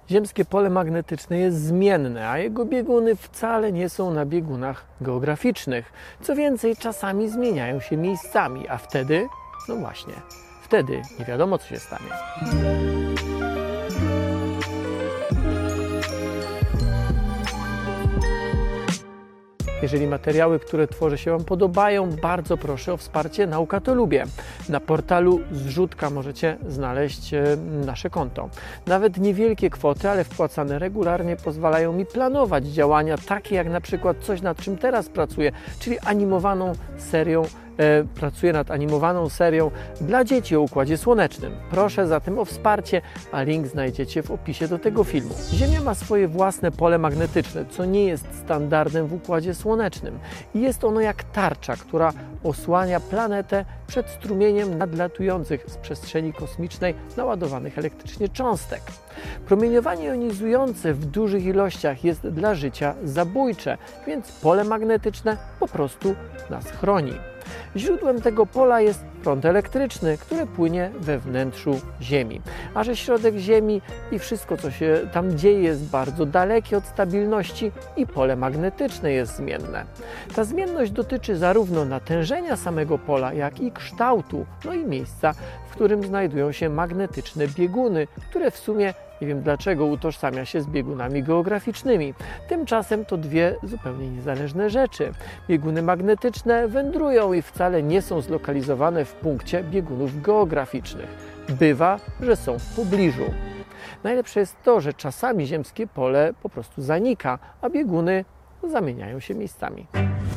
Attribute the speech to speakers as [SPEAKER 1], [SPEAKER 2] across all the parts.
[SPEAKER 1] Ziemskie pole magnetyczne jest zmienne, a jego bieguny wcale nie są na biegunach geograficznych. Co więcej, czasami zmieniają się miejscami, a wtedy, no właśnie, wtedy nie wiadomo, co się stanie. Jeżeli materiały, które tworzę, się Wam podobają, bardzo proszę o wsparcie Nauka to Lubię. Na portalu Zrzutka możecie znaleźć nasze konto. Nawet niewielkie kwoty, ale wpłacane regularnie pozwalają mi planować działania takie jak na przykład coś, nad czym teraz pracuję, czyli pracuję nad animowaną serią dla dzieci o Układzie Słonecznym. Proszę zatem o wsparcie, a link znajdziecie w opisie do tego filmu. Ziemia ma swoje własne pole magnetyczne, co nie jest standardem w Układzie Słonecznym. I jest ono jak tarcza, która osłania planetę przed strumieniem nadlatujących z przestrzeni kosmicznej naładowanych elektrycznie cząstek. Promieniowanie jonizujące w dużych ilościach jest dla życia zabójcze, więc pole magnetyczne po prostu nas chroni. Źródłem tego pola jest prąd elektryczny, który płynie we wnętrzu Ziemi. A że środek Ziemi i wszystko, co się tam dzieje, jest bardzo dalekie od stabilności i pole magnetyczne jest zmienne. Ta zmienność dotyczy zarówno natężenia samego pola, jak i kształtu, no i miejsca, w którym znajdują się magnetyczne bieguny, które w sumie nie wiem dlaczego utożsamia się z biegunami geograficznymi. Tymczasem to dwie zupełnie niezależne rzeczy. Bieguny magnetyczne wędrują i wcale nie są zlokalizowane w punkcie biegunów geograficznych. Bywa, że są w pobliżu. Najlepsze jest to, że czasami ziemskie pole po prostu zanika, a bieguny zamieniają się miejscami.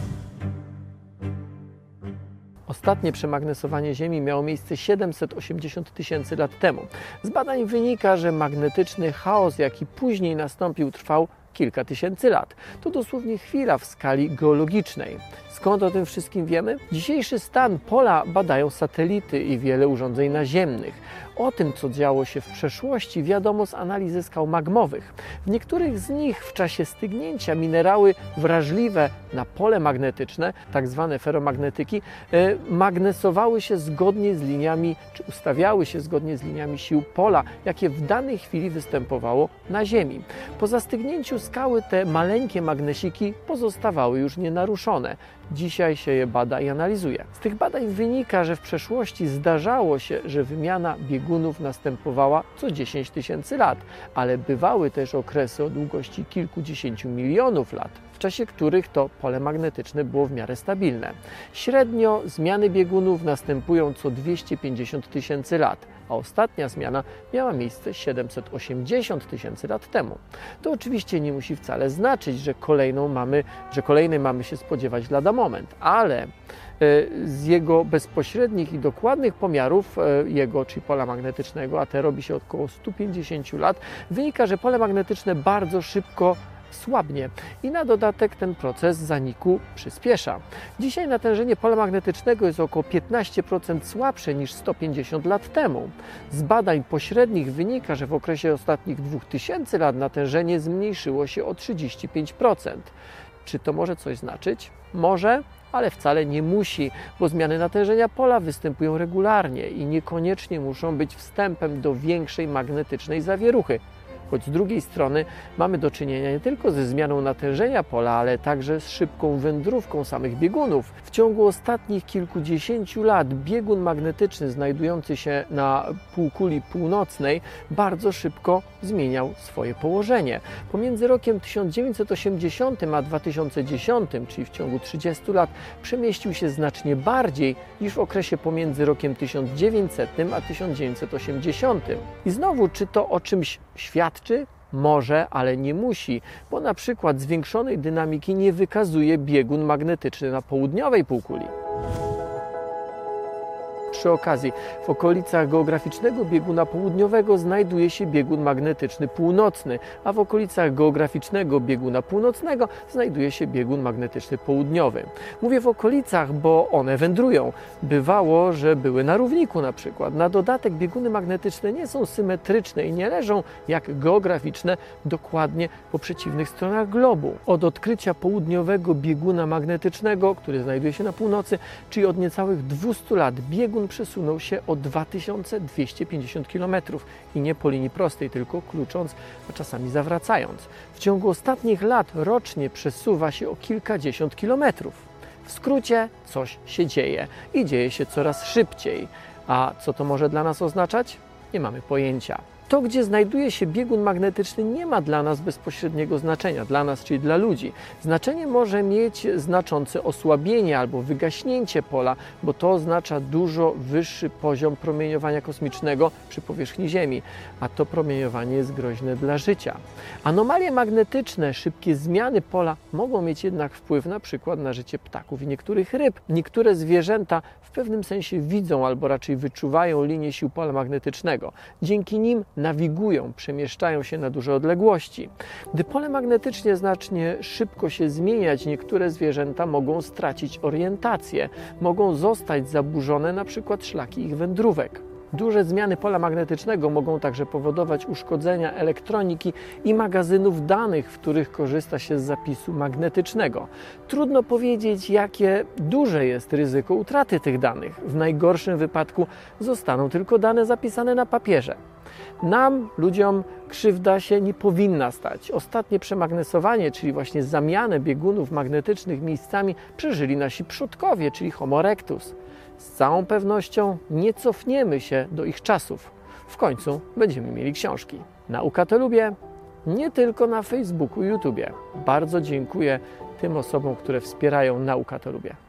[SPEAKER 1] Ostatnie przemagnesowanie Ziemi miało miejsce 780 000 lat temu. Z badań wynika, że magnetyczny chaos, jaki później nastąpił, trwał kilka tysięcy lat. To dosłownie chwila w skali geologicznej. Skąd o tym wszystkim wiemy? Dzisiejszy stan pola badają satelity i wiele urządzeń naziemnych. O tym, co działo się w przeszłości, wiadomo z analizy skał magmowych. W niektórych z nich w czasie stygnięcia minerały wrażliwe na pole magnetyczne, tak zwane feromagnetyki, magnesowały się zgodnie z liniami, czy ustawiały się zgodnie z liniami sił pola, jakie w danej chwili występowało na Ziemi. Po zastygnięciu skały te maleńkie magnesiki pozostawały już nienaruszone. Dzisiaj się je bada i analizuje. Z tych badań wynika, że w przeszłości zdarzało się, że wymiana biegunów następowała co 10 000 lat, ale bywały też okresy o długości kilkudziesięciu milionów lat, w czasie których to pole magnetyczne było w miarę stabilne. Średnio zmiany biegunów następują co 250 000 lat, a ostatnia zmiana miała miejsce 780 000 lat temu. To oczywiście nie musi wcale znaczyć, że kolejnej mamy się spodziewać lada moment, ale z jego bezpośrednich i dokładnych pomiarów, czyli pola magnetycznego, a te robi się około 150 lat, wynika, że pole magnetyczne bardzo szybko słabnie i na dodatek ten proces zaniku przyspiesza. Dzisiaj natężenie pola magnetycznego jest około 15% słabsze niż 150 lat temu. Z badań pośrednich wynika, że w okresie ostatnich 2000 lat natężenie zmniejszyło się o 35%. Czy to może coś znaczyć? Może, ale wcale nie musi, bo zmiany natężenia pola występują regularnie i niekoniecznie muszą być wstępem do większej magnetycznej zawieruchy. Choć z drugiej strony mamy do czynienia nie tylko ze zmianą natężenia pola, ale także z szybką wędrówką samych biegunów. W ciągu ostatnich kilkudziesięciu lat biegun magnetyczny znajdujący się na półkuli północnej bardzo szybko zmieniał swoje położenie. Pomiędzy rokiem 1980 a 2010, czyli w ciągu 30 lat, przemieścił się znacznie bardziej niż w okresie pomiędzy rokiem 1900 a 1980. I znowu, czy to o czymś świadczy? Może, ale nie musi, bo na przykład zwiększonej dynamiki nie wykazuje biegun magnetyczny na południowej półkuli. Przy okazji, w okolicach geograficznego bieguna południowego znajduje się biegun magnetyczny północny, a w okolicach geograficznego bieguna północnego znajduje się biegun magnetyczny południowy. Mówię w okolicach, bo one wędrują. Bywało, że były na równiku na przykład. Na dodatek bieguny magnetyczne nie są symetryczne i nie leżą jak geograficzne dokładnie po przeciwnych stronach globu. Od odkrycia południowego bieguna magnetycznego, który znajduje się na północy, czyli od niecałych 200 lat, biegun przesunął się o 2250 km i nie po linii prostej, tylko klucząc, a czasami zawracając. W ciągu ostatnich lat rocznie przesuwa się o kilkadziesiąt kilometrów. W skrócie coś się dzieje i dzieje się coraz szybciej. A co to może dla nas oznaczać? Nie mamy pojęcia. To, gdzie znajduje się biegun magnetyczny, nie ma dla nas bezpośredniego znaczenia, dla nas, czyli dla ludzi. Znaczenie może mieć znaczące osłabienie albo wygaśnięcie pola, bo to oznacza dużo wyższy poziom promieniowania kosmicznego przy powierzchni Ziemi, a to promieniowanie jest groźne dla życia. Anomalie magnetyczne, szybkie zmiany pola mogą mieć jednak wpływ na przykład na życie ptaków i niektórych ryb. Niektóre zwierzęta w pewnym sensie widzą albo raczej wyczuwają linię sił pola magnetycznego. Dzięki nim nawigują, przemieszczają się na duże odległości. Gdy pole magnetyczne zacznie szybko się zmieniać, niektóre zwierzęta mogą stracić orientację, mogą zostać zaburzone na przykład szlaki ich wędrówek. Duże zmiany pola magnetycznego mogą także powodować uszkodzenia elektroniki i magazynów danych, w których korzysta się z zapisu magnetycznego. Trudno powiedzieć, jakie duże jest ryzyko utraty tych danych. W najgorszym wypadku zostaną tylko dane zapisane na papierze. Nam, ludziom, krzywda się nie powinna stać. Ostatnie przemagnesowanie, czyli właśnie zamianę biegunów magnetycznych miejscami, przeżyli nasi przodkowie, czyli Homo erectus. Z całą pewnością nie cofniemy się do ich czasów. W końcu będziemy mieli książki. Nauka to lubię, nie tylko na Facebooku i YouTubie. Bardzo dziękuję tym osobom, które wspierają Nauka to lubię.